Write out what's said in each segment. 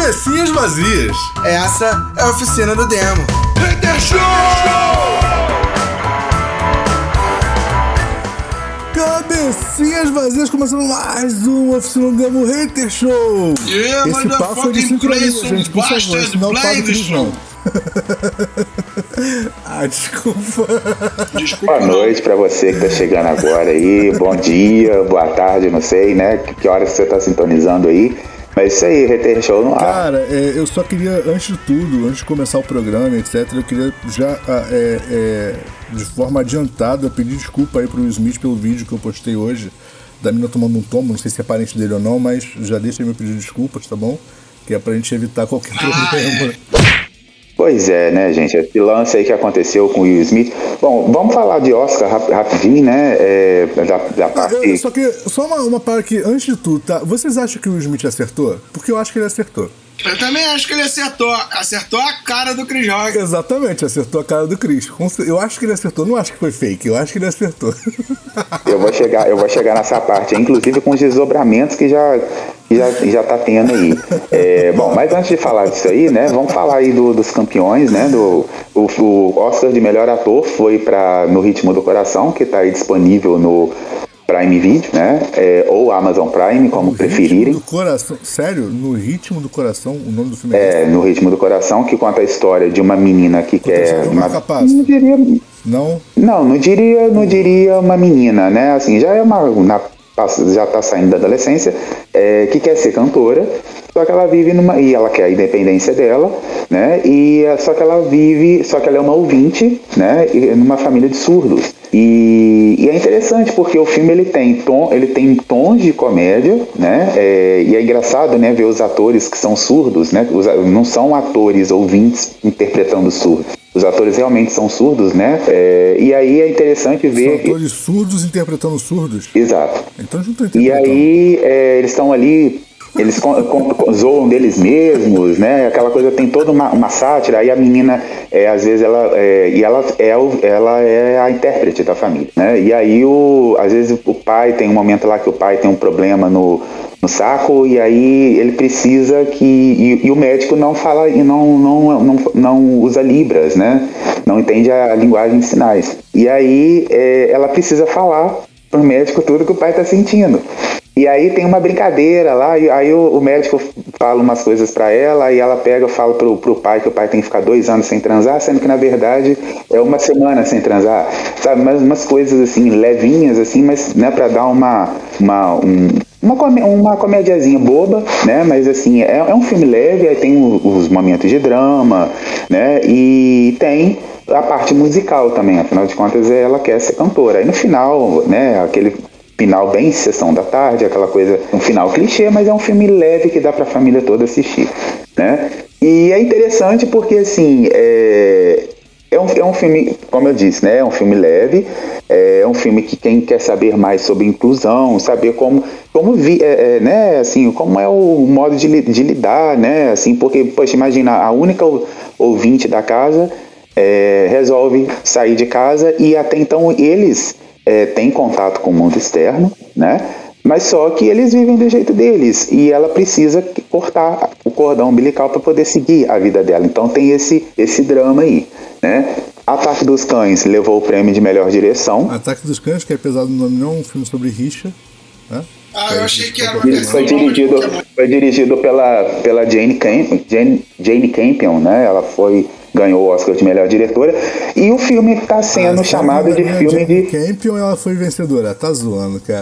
Cabecinhas vazias. Essa é a oficina do Demo. Hater Show! Cabecinhas vazias, começando mais uma oficina do Demo Hater Show. Esse papo foi de sincronia, gente, por favor, senão eu pago tudo não. Desculpa. Boa noite pra você que tá chegando agora aí. Bom dia, boa tarde, não sei, né? Que horas você tá sintonizando aí. Mas isso aí, Hater Show no ar. Cara, eu só queria, antes de tudo, antes de começar o programa, etc., eu queria já, de forma adiantada, pedir desculpa aí pro Will Smith pelo vídeo que eu postei hoje, da menina tomando um tombo, não sei se é parente dele ou não, mas já deixa aí meu pedido de desculpas, tá bom? Que é pra gente evitar qualquer problema. Pois é, né, gente? Esse lance aí que aconteceu com o Will Smith. Bom, vamos falar de Oscar rapidinho, né? Da parte... Só uma parte aqui, antes de tudo, tá? Vocês acham que o Will Smith acertou? Porque eu acho que ele acertou. Eu também acho que ele acertou. Acertou a cara do Chris Rock. Exatamente, acertou a cara do Chris. Eu acho que ele acertou, não acho que foi fake, eu acho que ele acertou. Eu vou chegar nessa parte, inclusive com os desdobramentos que já tá tendo aí. Bom, mas antes de falar disso aí, né, vamos falar aí dos campeões, né, o Oscar de melhor ator foi para No Ritmo do Coração, que tá aí disponível no Prime Video, né, ou Amazon Prime, como preferirem. No Coração, sério? No Ritmo do Coração, o nome do filme No Ritmo do Coração, que conta a história de uma menina que quer... Não diria... Não diria uma menina, né, assim, já tá saindo da adolescência, que quer ser cantora, só que ela vive e ela quer a independência dela, né, só que ela é uma ouvinte, né, numa família de surdos. E é interessante porque o filme ele tem tons de comédia, né, e é engraçado, né, ver os atores que são surdos, né, não são atores ouvintes interpretando surdos. Os atores realmente são surdos, né? E aí é interessante ver... São atores surdos interpretando surdos? Exato. Então não tô interpretando. E aí eles estão ali... Eles zoam deles mesmos, né? Aquela coisa tem toda uma sátira. Aí a menina, às vezes, ela é a intérprete da família, né? E aí, às vezes, o pai tem um momento lá que o pai tem um problema no saco, e aí ele precisa que... E o médico não fala e não usa libras, né? Não entende a linguagem de sinais. E aí ela precisa falar pro médico tudo que o pai tá sentindo. E aí tem uma brincadeira lá, e aí o médico fala umas coisas pra ela, e ela pega e fala pro pai que o pai tem que ficar 2 anos sem transar, sendo que na verdade é 1 semana sem transar, sabe? Mas umas coisas assim, levinhas assim, mas né, pra dar uma comédiazinha boba, né? Mas assim, é um filme leve, aí tem os momentos de drama, né? E tem a parte musical também, afinal de contas ela quer ser cantora. Aí no final, né, aquele final bem sessão da tarde, aquela coisa, um final clichê, mas é um filme leve que dá pra família toda assistir, né? E é interessante porque, assim, é um filme, como eu disse, né? É um filme leve, é um filme que quem quer saber mais sobre inclusão, saber né? Assim, como é o modo de lidar, né? Assim, porque, poxa, imagina, a única ouvinte da casa resolve sair de casa e até então eles têm contato com o mundo externo, né? Mas só que eles vivem do jeito deles e ela precisa cortar o cordão umbilical para poder seguir a vida dela. Então tem esse drama aí, né? Ataque dos Cães levou o prêmio de melhor direção. Ataque dos Cães, que apesar do nome não é um filme sobre rixa, né? Eu achei que era Foi dirigido pela Jane Campion, né? Ela ganhou o Oscar de melhor diretora. E o filme está sendo chamado de filme de... Campion, ela foi vencedora. Tá zoando, cara.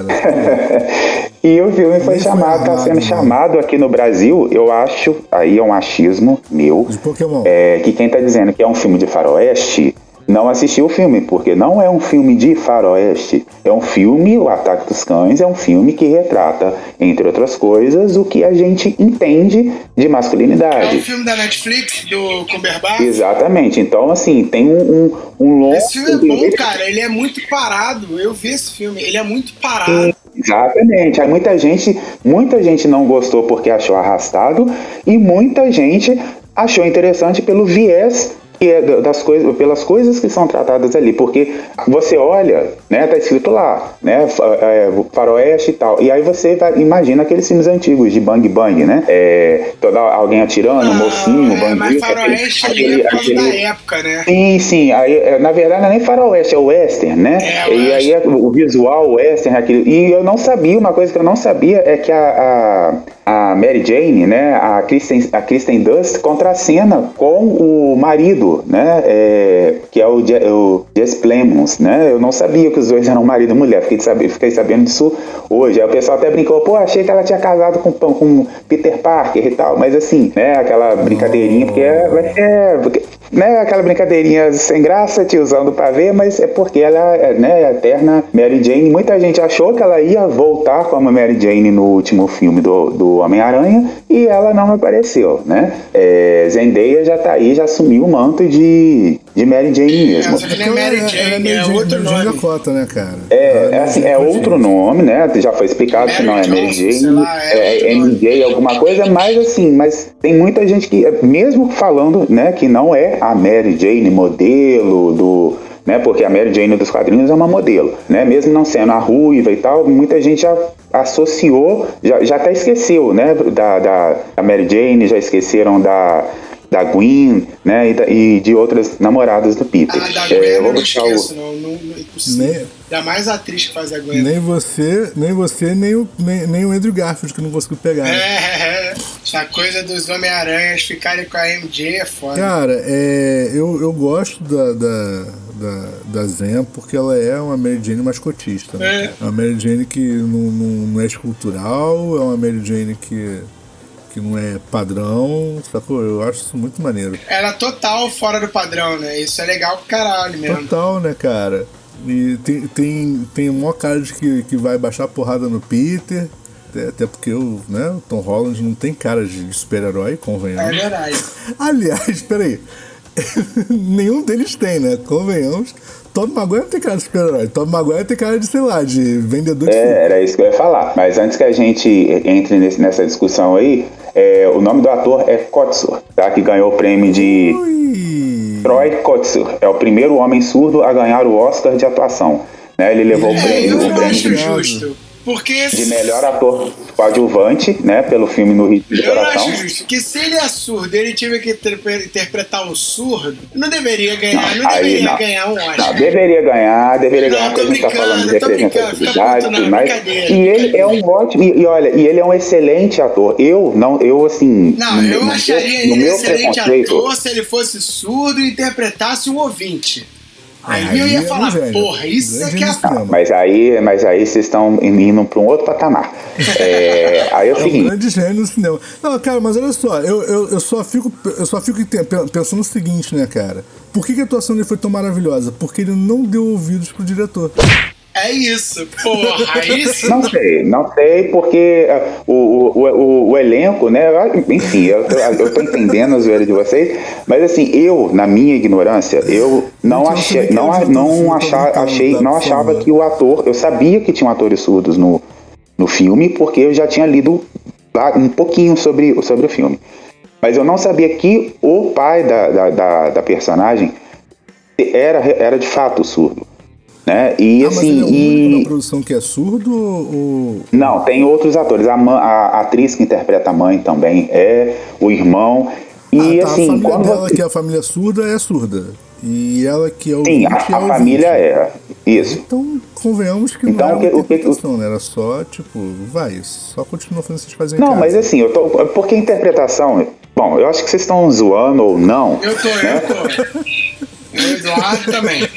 E o filme está sendo chamado aqui no Brasil, eu acho, aí é um achismo meu, de Pokémon. Que quem está dizendo que é um filme de faroeste não assistiu o filme, porque não é um filme de faroeste. É um filme, O Ataque dos Cães, é um filme que retrata, entre outras coisas, o que a gente entende de masculinidade. É um filme da Netflix, do Cumberbatch? Exatamente. Então, assim, tem um longo... Esse filme é bom, cara. Ele é muito parado. Eu vi esse filme. Ele é muito parado. Exatamente. Aí muita gente não gostou porque achou arrastado e muita gente achou interessante pelo viés que é das coisas, pelas coisas que são tratadas ali, porque você olha, né, tá escrito lá, né, faroeste e tal, e aí você imagina aqueles filmes antigos de Bang Bang, né, alguém atirando, mocinho, bandido. Mas faroeste ali é por causa da época, né? Sim, aí na verdade não é nem faroeste, é western, né, e aí o visual western, aquilo, e eu não sabia, uma coisa que eu não sabia é que a Mary Jane, né, a Kristen Dunst contracena com o marido, né, que é o Jesse Plemons, né, eu não sabia que os dois eram marido e mulher, fiquei sabendo disso hoje, aí o pessoal até brincou, pô, achei que ela tinha casado com Peter Parker e tal, mas assim, né, aquela brincadeirinha, porque né, aquela brincadeirinha sem graça, tiozão do pavê, mas é porque ela é a eterna Mary Jane. Muita gente achou que ela ia voltar como Mary Jane no último filme do Homem-Aranha e ela não apareceu, né? Zendaya já tá aí, já assumiu o manto de Mary Jane mesmo. Só que não é Mary Jane, é outro nome. Dakota, né, cara? É outro nome, né? Já foi explicado que não é Mary Jane, é MJ alguma coisa, mas tem muita gente que, mesmo falando, né, que não é a Mary Jane modelo né, porque a Mary Jane dos quadrinhos é uma modelo, né, mesmo não sendo a ruiva e tal, muita gente já associou, já até esqueceu, né, da Mary Jane, já esqueceram da Gwen, né, e de outras namoradas do Peter. Da Gwen eu não esqueço, não é impossível. Jamais a atriz que faz a Gwen. Nem você, nem o Andrew Garfield, que não conseguiu pegar. Essa coisa dos Homem-Aranhas ficarem com a MJ é foda. Cara, eu gosto da Zen porque ela é uma Mary Jane mascotista. Né? É uma Mary Jane que não é escultural, é uma Mary Jane que não é padrão, sacou? Eu acho isso muito maneiro. Ela é total fora do padrão, né? Isso é legal pro caralho mesmo. Total, né, cara? E tem maior cara de que vai baixar a porrada no Peter, até porque o Tom Holland não tem cara de super-herói, convenhamos. É verdade. Aliás, peraí, nenhum deles tem, né? Convenhamos. Tobey Maguire não tem cara de super-herói. Tobey Maguire tem cara de, sei lá, de vendedor de filme. Era isso que eu ia falar. Mas antes que a gente entre nessa discussão aí, o nome do ator é Kotsur, tá? Que ganhou o prêmio de... Troy Kotsur. É o primeiro homem surdo a ganhar o Oscar de atuação. Né? Ele levou o prêmio justo. Porque de melhor ator coadjuvante, né, pelo filme No Ritmo do Coração. Eu acho justo que se ele é surdo, ele tiver que interpretar o surdo, não deveria ganhar, ganhar um Oscar. Não, deveria ganhar, porque a gente tá falando de representatividade, mas e ele é um ótimo, e olha, ele é um excelente ator. Eu acharia ele excelente ator se ele fosse surdo e interpretasse um ouvinte. Aí eu ia falar, porra, isso é que é a... Mas aí vocês estão indo para um outro patamar. Aí é o seguinte... um grande gênio no cinema. Não, cara, mas olha só, eu só fico pensando o seguinte, né, cara? Por que a atuação dele foi tão maravilhosa? Porque ele não deu ouvidos pro diretor. É isso, porra, isso. Não sei, porque o elenco, né? Enfim, eu tô entendendo a zoeira de vocês, mas assim, eu, na minha ignorância, eu não achava que o ator. Eu sabia que tinham atores surdos no filme, porque eu já tinha lido um pouquinho sobre o filme. Mas eu não sabia que o pai da personagem era de fato surdo. Né? E mas assim, ele é o único na produção que é surdo ou... Não, tem outros atores. A atriz que interpreta a mãe também o irmão. E tá, assim, a família dela, que é a família surda, é surda. E ela que é o... Sim, a família é. Isso. Então, convenhamos que não era uma interpretação, né? Era só, tipo, só continua fazendo o que vocês fazem em casa. Não, mas assim, porque a interpretação... Bom, eu acho que vocês estão zoando ou não. Eu tô. O Eduardo também.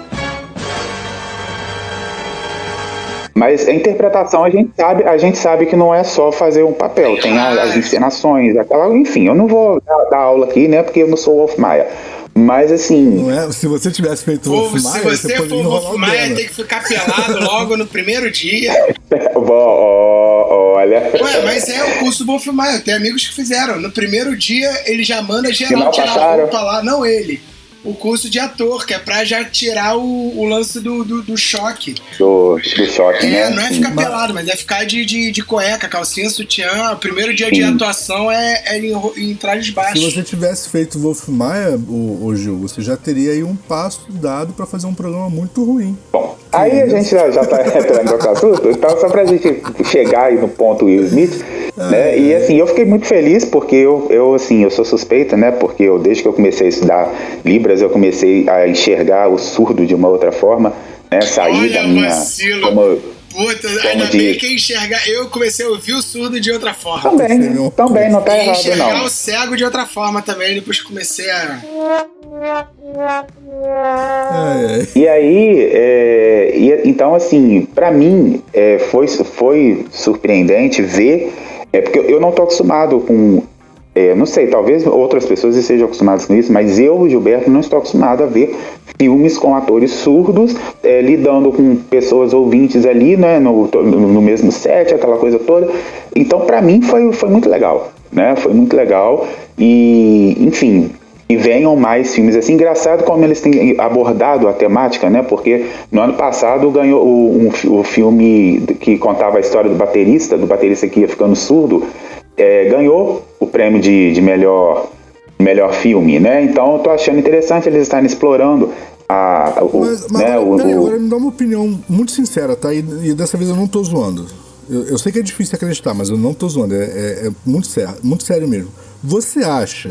Mas a interpretação a gente sabe que não é só fazer um papel, tem as encenações, enfim, eu não vou dar aula aqui, né, porque eu não sou o Wolf Maia. Mas assim... Não é, se você tivesse feito o Wolf Maia, se você for o Wolf Maia, tem que ficar pelado logo no primeiro dia. Olha... Ué, mas é o curso do Wolf Maia, tem amigos que fizeram. No primeiro dia, ele já manda geral tirar a roupa lá, não ele. o curso de ator, que é pra já tirar o lance do choque. Do choque, né? Não é ficar pelado, mas é ficar de cueca, calcinha, sutiã. O primeiro dia de atuação é em trajes baixos. Se você tivesse feito Wolf Maia, ô Gil, você já teria aí um passo dado pra fazer um programa muito ruim. Bom, aí a gente já tá entrando no assunto, então só pra gente chegar aí no ponto Will Smith, né? E assim, eu fiquei muito feliz porque eu sou suspeita, né? Porque desde que eu comecei a estudar Libras, eu comecei a enxergar o surdo de uma outra forma, né? Sair da minha... Puta, ainda bem que enxergar. Eu comecei a ouvir o surdo de outra forma. Também não tá errado, não. Enxergar o cego de outra forma também, depois que comecei a... E aí, então assim, pra mim foi surpreendente ver, porque eu não tô acostumado com, não sei, talvez outras pessoas estejam acostumadas com isso, mas eu, Gilberto, não estou acostumado a ver filmes com atores surdos, lidando com pessoas ouvintes ali, né, no mesmo set, aquela coisa toda. Então, pra mim, foi muito legal, né? Foi muito legal e, enfim... E venham mais filmes assim. Engraçado como eles têm abordado a temática, né? Porque no ano passado ganhou o filme que contava a história do baterista que ia ficando surdo, ganhou o prêmio de melhor filme, né? Então eu tô achando interessante eles estarem explorando agora me dá uma opinião muito sincera, tá? E dessa vez eu não tô zoando. Eu sei que é difícil acreditar, mas eu não tô zoando. É muito sério mesmo. Você acha...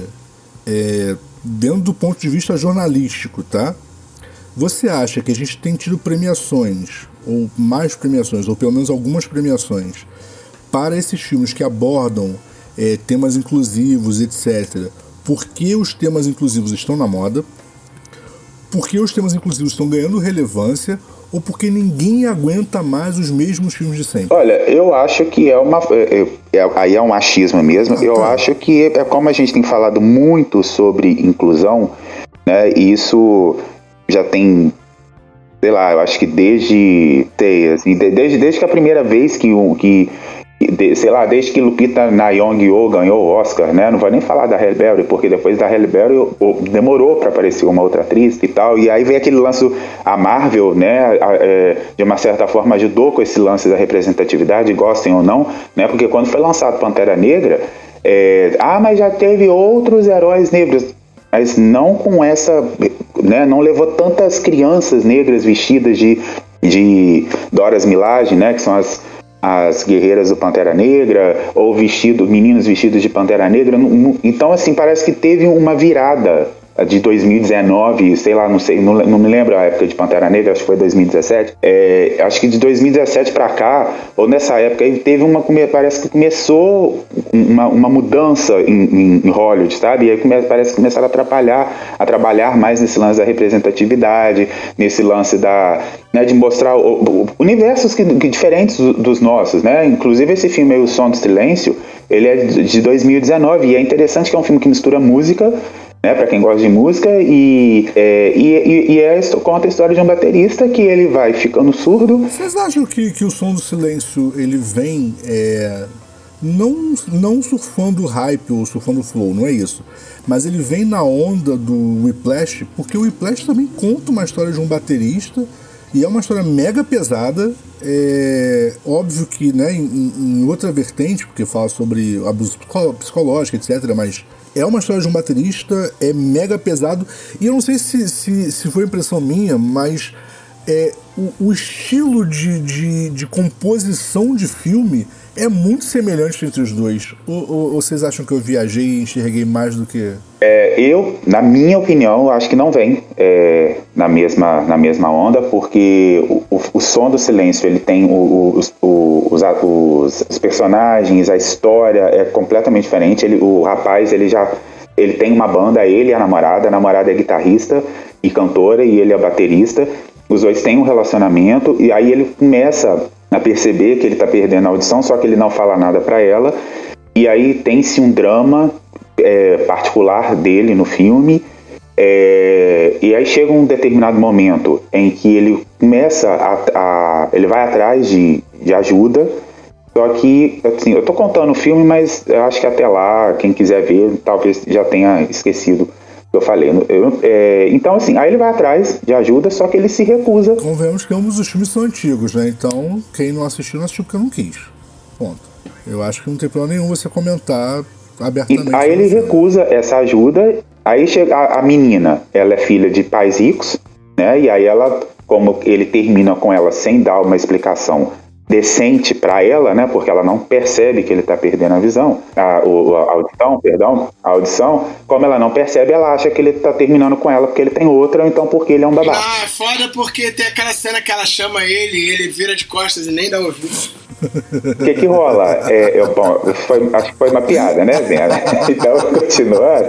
dentro do ponto de vista jornalístico, tá? Você acha que a gente tem tido premiações, ou mais premiações, ou pelo menos algumas premiações, para esses filmes que abordam temas inclusivos, etc., porque os temas inclusivos estão na moda, porque os temas inclusivos estão ganhando relevância, ou porque ninguém aguenta mais os mesmos filmes de sempre? Olha, eu acho que aí é um achismo mesmo. Eu acho que é como a gente tem falado muito sobre inclusão, né? E isso já tem, sei lá, eu acho que desde que a primeira vez desde que Lupita Nyong'o ganhou o Oscar, né? Não vou nem falar da Halle Berry, porque depois da Halle Berry demorou para aparecer uma outra atriz e tal, e aí veio aquele lance, a Marvel, né? De uma certa forma ajudou com esse lance da representatividade, gostem ou não, né? Porque quando foi lançado Pantera Negra, mas já teve outros heróis negros, mas não com essa, né? Não levou tantas crianças negras vestidas de Dora Milaje, né? Que são as guerreiras do Pantera Negra, ou meninos vestidos de Pantera Negra. Então, assim, parece que teve uma virada de 2019, sei lá, não me lembro a época de Pantera Negra, acho que foi 2017. Acho que de 2017 pra cá, ou nessa época, aí teve parece que começou uma mudança em Hollywood, sabe? E aí parece que começaram a trabalhar mais nesse lance da representatividade, nesse lance de mostrar universos que diferentes dos nossos, né? Inclusive esse filme aí, O Som do Silêncio, ele é de 2019, e é interessante que é um filme que mistura música, né, para quem gosta de música, e conta a história de um baterista que ele vai ficando surdo. Vocês acham que O Som do Silêncio ele vem não surfando o hype ou surfando o flow, não é isso, mas ele vem na onda do Whiplash, porque o Whiplash também conta uma história de um baterista e é uma história mega pesada, óbvio que, né, em outra vertente, porque fala sobre abuso psicológico, etc., mas é uma história de um baterista, é mega pesado, e eu não sei se foi impressão minha, mas o estilo de composição de filme é muito semelhante entre os dois. Ou vocês acham que eu viajei e enxerguei mais do que... Eu, na minha opinião, acho que não vem na mesma onda, porque o Som do Silêncio, ele tem os personagens, a história é completamente diferente. O rapaz, ele tem uma banda, ele e a namorada é guitarrista e cantora, e ele é baterista. Os dois têm um relacionamento, e aí ele começa a perceber que ele tá perdendo a audição, só que ele não fala nada pra ela, e aí tem-se um drama particular dele no filme, e aí chega um determinado momento em que ele começa ele vai atrás de ajuda, só que, assim, eu tô contando o filme, mas eu acho que até lá, quem quiser ver, talvez já tenha esquecido Eu falei. Então, assim, aí ele vai atrás de ajuda, só que ele se recusa. Convenhamos que ambos os filmes são antigos, né? Então, quem não assistiu porque não quis. Ponto. Eu acho que não tem problema nenhum você comentar abertamente. Aí ele recusa essa ajuda. Aí chega a menina, ela é filha de pais ricos, né? E aí ela, como ele termina com ela sem dar uma explicação decente para ela, né? Porque ela não percebe que ele tá perdendo a visão, a audição. Como ela não percebe, ela acha que ele tá terminando com ela porque ele tem outra, ou então porque ele é um babaca. É foda porque tem aquela cena que ela chama ele vira de costas e nem dá ouvido. O que rola? Acho que foi uma piada, né, Zena? Então, continuando.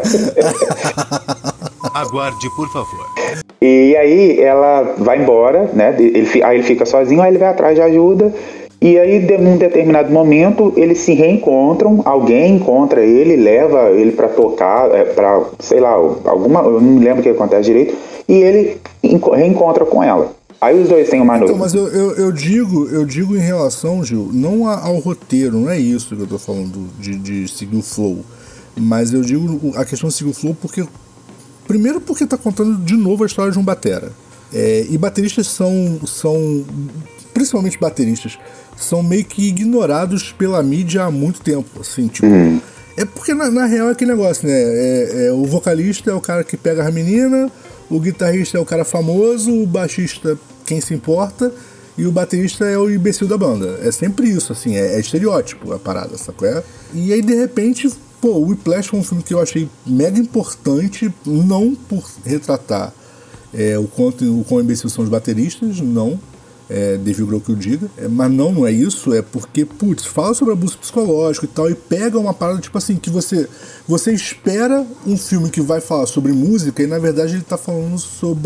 Aguarde, por favor. E aí ela vai embora, né? Aí ele fica sozinho, aí ele vai atrás de ajuda. E aí, num determinado momento, eles se reencontram. Alguém encontra ele, leva ele pra tocar, pra, sei lá, eu não me lembro o que acontece direito. E ele reencontra com ela. Aí os dois têm uma noite. Então, mas eu digo em relação, Gil, não ao roteiro, não é isso que eu tô falando de seguir o flow. Mas eu digo a questão de seguir o flow primeiro porque tá contando de novo a história de um batera. E bateristas são, principalmente bateristas, são meio que ignorados pela mídia há muito tempo, assim, tipo... É porque na real é aquele negócio, né? O vocalista é o cara que pega a menina, o guitarrista é o cara famoso, o baixista quem se importa, e o baterista é o imbecil da banda. É sempre isso, assim, é estereótipo a parada, sacou? E aí, de repente, o Whiplash foi um filme que eu achei mega importante, não por retratar o quão imbecil são os bateristas, não, devido ao que eu diga, mas não é isso, é porque, fala sobre abuso psicológico e tal, e pega uma parada, tipo assim, que você espera um filme que vai falar sobre música e, na verdade, ele tá falando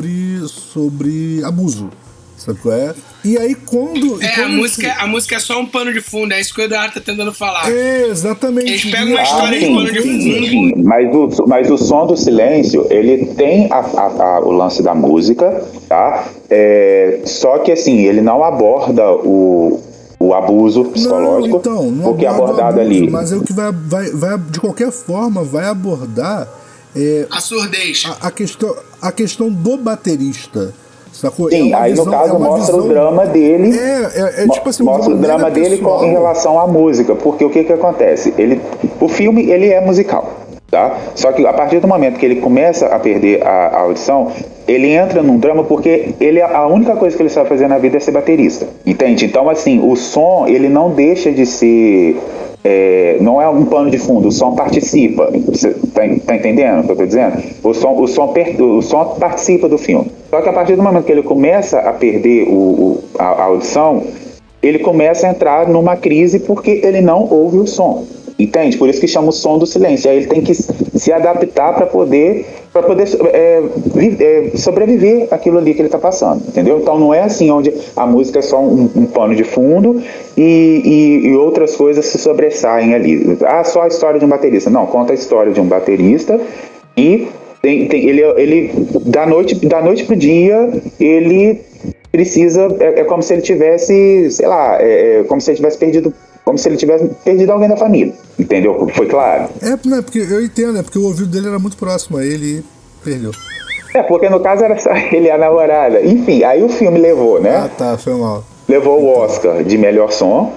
sobre abuso. Sabe qual é? E aí quando a música é só um pano de fundo, é isso que o Eduardo tá tentando falar. Exatamente. Eles pegam uma história de pano de fundo. Sim. Mas o Som do Silêncio, ele tem o lance da música, tá? Só que assim, ele não aborda o abuso psicológico, não porque é abordado abuso, ali. Mas é o que vai de qualquer forma, vai abordar a surdez. A questão do baterista. Sacou? Sim, aí no caso mostra o drama dele. Tipo assim, mostra o drama dele em relação à música, porque o que acontece? O filme ele é musical, tá? Só que a partir do momento que ele começa a perder a audição, ele entra num drama porque a única coisa que ele sabe fazer na vida é ser baterista, entende? Então assim, o som ele não deixa de ser não é um pano de fundo, o som participa. Você tá entendendo o que eu tô dizendo? O som participa do filme. Só que a partir do momento que ele começa a perder a audição, ele começa a entrar numa crise porque ele não ouve o som. Entende? Por isso que chama o Som do Silêncio. Aí ele tem que se adaptar para poder sobreviver àquilo ali que ele está passando, entendeu? Então não é assim onde a música é só um pano de fundo e outras coisas se sobressaem ali. Só a história de um baterista. Não, conta a história de um baterista e ele da noite pro dia ele precisa, como se ele tivesse, sei lá, como se ele tivesse perdido alguém da família, entendeu? Foi claro? Não, porque eu entendo, porque o ouvido dele era muito próximo a ele e perdeu. Porque no caso era só ele e a namorada. Enfim, aí o filme levou, né? Foi mal. Levou o Oscar de melhor som.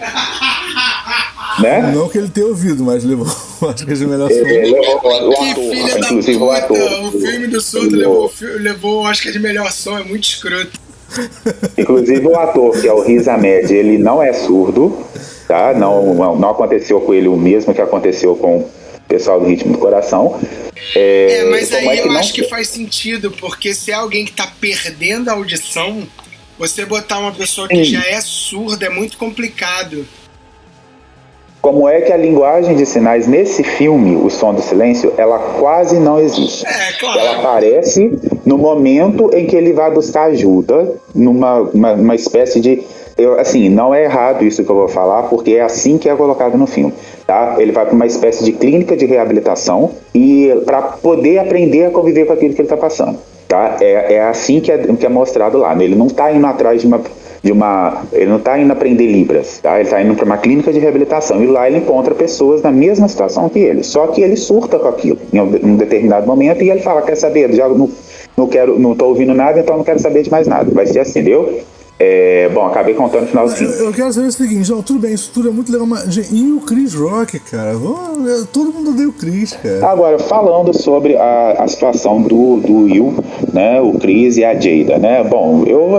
Né? Não que ele tenha ouvido, mas levou o Oscar de melhor som. Levou o ator, inclusive o ator. O filme do surdo levou o Oscar de melhor som, é muito escroto. Inclusive o ator, que é o Riz Ahmed, ele não é surdo, tá? Não aconteceu com ele o mesmo que aconteceu com o pessoal do Ritmo do Coração. Mas aí eu acho que faz sentido, porque se é alguém que tá perdendo a audição, você botar uma pessoa que já é surda é muito complicado. Como é que a linguagem de sinais nesse filme, O Som do Silêncio, ela quase não existe. Claro. Ela aparece no momento em que ele vai buscar ajuda, numa espécie de... assim, não é errado isso que eu vou falar, porque é assim que é colocado no filme. Tá? Ele vai para uma espécie de clínica de reabilitação e para poder aprender a conviver com aquilo que ele está passando. Tá? É assim que é mostrado lá. Ele não está indo atrás Ele não está indo aprender Libras, tá? Ele está indo para uma clínica de reabilitação e lá ele encontra pessoas na mesma situação que ele. Só que ele surta com aquilo em um determinado momento e ele fala, quer saber, já não estou ouvindo nada, então não quero saber de mais nada. Vai ser assim, entendeu? Bom, acabei contando no finalzinho. Eu quero saber o seguinte, João, tudo bem, isso tudo é muito legal, mas e o Chris Rock, cara? Todo mundo odeia o Chris, cara. Agora, falando sobre a situação do Will, né, o Chris e a Jada, né? Bom,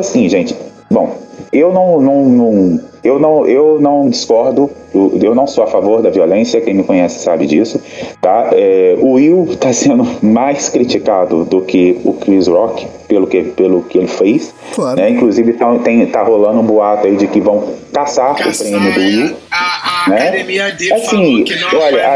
eu não discordo, eu não sou a favor da violência, quem me conhece sabe disso, tá? O Will está sendo mais criticado do que o Chris Rock pelo que ele fez, claro. Né? Inclusive tá rolando um boato aí de que vão caçar o prêmio do Will. A né? academia dele assim, falou que não olha,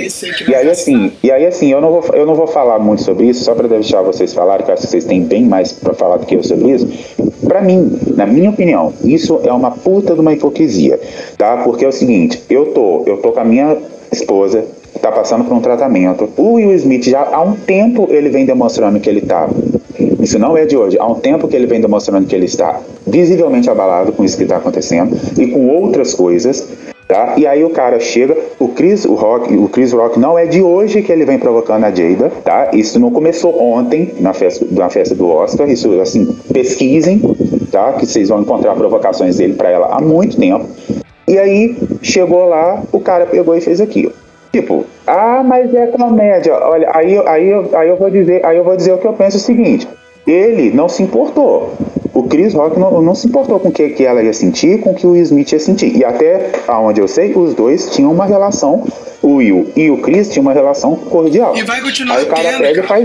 aí eu não vou falar muito sobre isso, só para deixar vocês falarem, que eu acho que vocês têm bem mais para falar do que eu sobre isso. Para mim, na minha opinião, isso é uma puta de uma hipocrisia, tá? Porque é o seguinte, eu tô com a minha esposa, tá passando por um tratamento. O Will Smith já há um tempo ele vem demonstrando que ele tá, isso não é de hoje, há um tempo que ele vem demonstrando que ele está visivelmente abalado com isso que está acontecendo e com outras coisas, tá? E aí o cara chega, o Chris Rock não é de hoje que ele vem provocando a Jada, tá? Isso não começou ontem na festa do Oscar, isso assim, pesquisem, tá? Que vocês vão encontrar provocações dele para ela há muito tempo. E aí chegou lá, o cara pegou e fez aquilo. Tipo, mas é comédia. Olha, aí eu vou dizer o que eu penso, é o seguinte: ele não se importou. O Chris Rock não se importou com o que ela ia sentir, com o que o Smith ia sentir. E até aonde eu sei, os dois tinham uma relação, o Will e o Chris tinham uma relação cordial. E vai continuar. Aí o cara pega e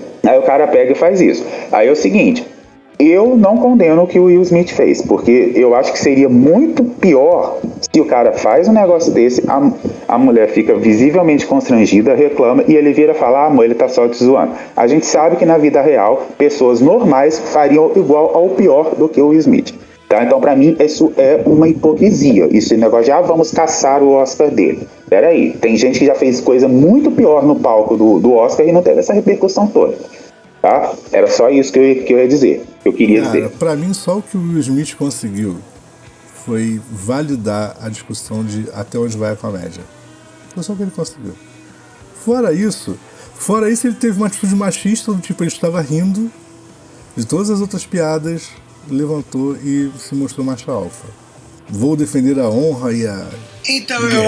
faz isso. Aí é o seguinte: eu não condeno o que o Will Smith fez, porque eu acho que seria muito pior se o cara faz um negócio desse, a mulher fica visivelmente constrangida, reclama, e ele vira falar, amor, ele tá só te zoando. A gente sabe que na vida real, pessoas normais fariam igual ao pior do que o Will Smith. Tá? Então, pra mim, isso é uma hipocrisia. Isso é negócio de, vamos caçar o Oscar dele. Peraí, tem gente que já fez coisa muito pior no palco do Oscar e não teve essa repercussão toda. Tá? Era só isso que eu ia dizer, que eu queria dizer. Pra mim, só o que o Will Smith conseguiu foi validar a discussão de até onde vai a comédia. Foi só o que ele conseguiu. Fora isso, ele teve uma atitude machista, do tipo, ele estava rindo de todas as outras piadas, levantou e se mostrou macho alfa. Vou defender a honra e a... Então, eu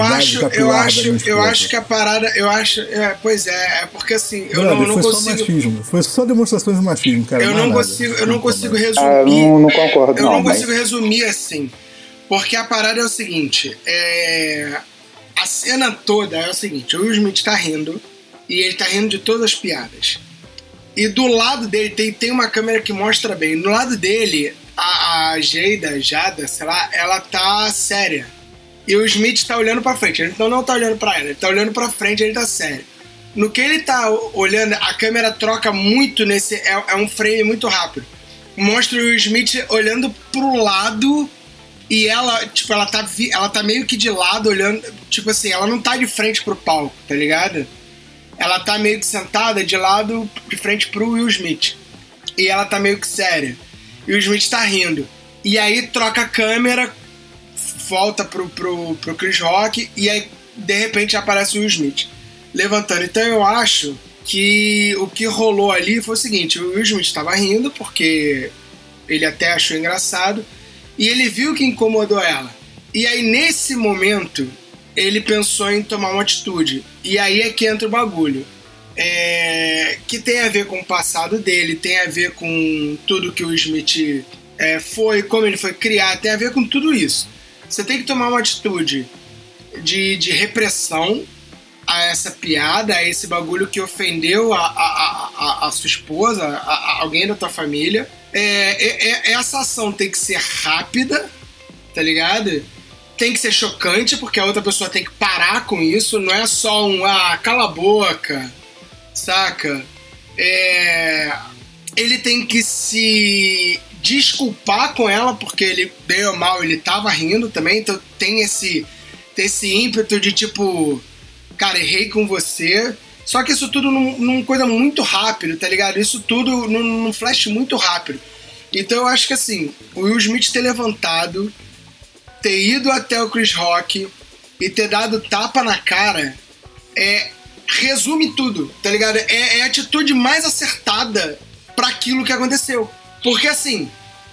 acho que a parada, porque assim, eu não foi consigo... Só machismo, foi só demonstrações de machismo, cara. Eu não consigo resumir... não concordo, eu não consigo resumir assim, porque a parada é o seguinte, a cena toda é o seguinte, o Will Smith tá rindo, e ele tá rindo de todas as piadas. E do lado dele, tem uma câmera que mostra bem, do lado dele, a Jada, sei lá, ela tá séria. E o Smith tá olhando pra frente. Ele não tá olhando pra ela, ele tá olhando pra frente, ele tá sério. No que ele tá olhando, a câmera troca muito nesse... É um frame muito rápido. Mostra o Smith olhando pro lado e ela, tipo, ela tá meio que de lado olhando... Tipo assim, ela não tá de frente pro palco, tá ligado? Ela tá meio que sentada de lado, de frente pro Will Smith. E ela tá meio que séria. E o Smith tá rindo. E aí troca a câmera, volta pro Chris Rock, e aí de repente aparece o Will Smith levantando. Então eu acho que o que rolou ali foi o seguinte: o Will Smith estava rindo porque ele até achou engraçado e ele viu que incomodou ela. E aí nesse momento ele pensou em tomar uma atitude. E aí é que entra o bagulho. Que tem a ver com o passado dele, tem a ver com tudo que o Smith foi, como ele foi criado, tem a ver com tudo isso. Você tem que tomar uma atitude de repressão a essa piada, a esse bagulho que ofendeu a sua esposa, a alguém da tua família. Essa ação tem que ser rápida, tá ligado? Tem que ser chocante, porque a outra pessoa tem que parar com isso. Não é só cala a boca, saca? Ele tem que se desculpar com ela, porque ele, bem ou mal, ele tava rindo também. Então tem esse ímpeto de tipo, cara, errei com você. Só que isso tudo num coisa muito rápido, tá ligado? Isso tudo num flash muito rápido. Então eu acho que assim, o Will Smith ter levantado, ter ido até o Chris Rock e ter dado tapa na cara resume tudo, tá ligado? É a atitude mais acertada pra aquilo que aconteceu. Porque assim,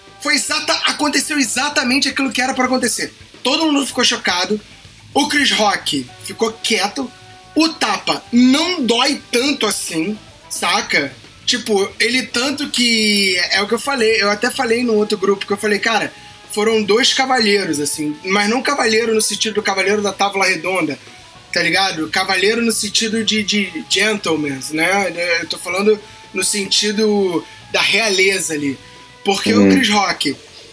aconteceu exatamente aquilo que era pra acontecer. Todo mundo ficou chocado, o Chris Rock ficou quieto, o tapa não dói tanto assim, saca? Tipo, ele tanto que... É o que eu falei, eu até falei no outro grupo, que eu falei, cara, foram 2 cavalheiros, assim, mas não cavaleiro no sentido do cavaleiro da tábua redonda, tá ligado? Cavaleiro no sentido de gentleman, né? Eu tô falando no sentido da realeza ali. Porque o Chris Rock,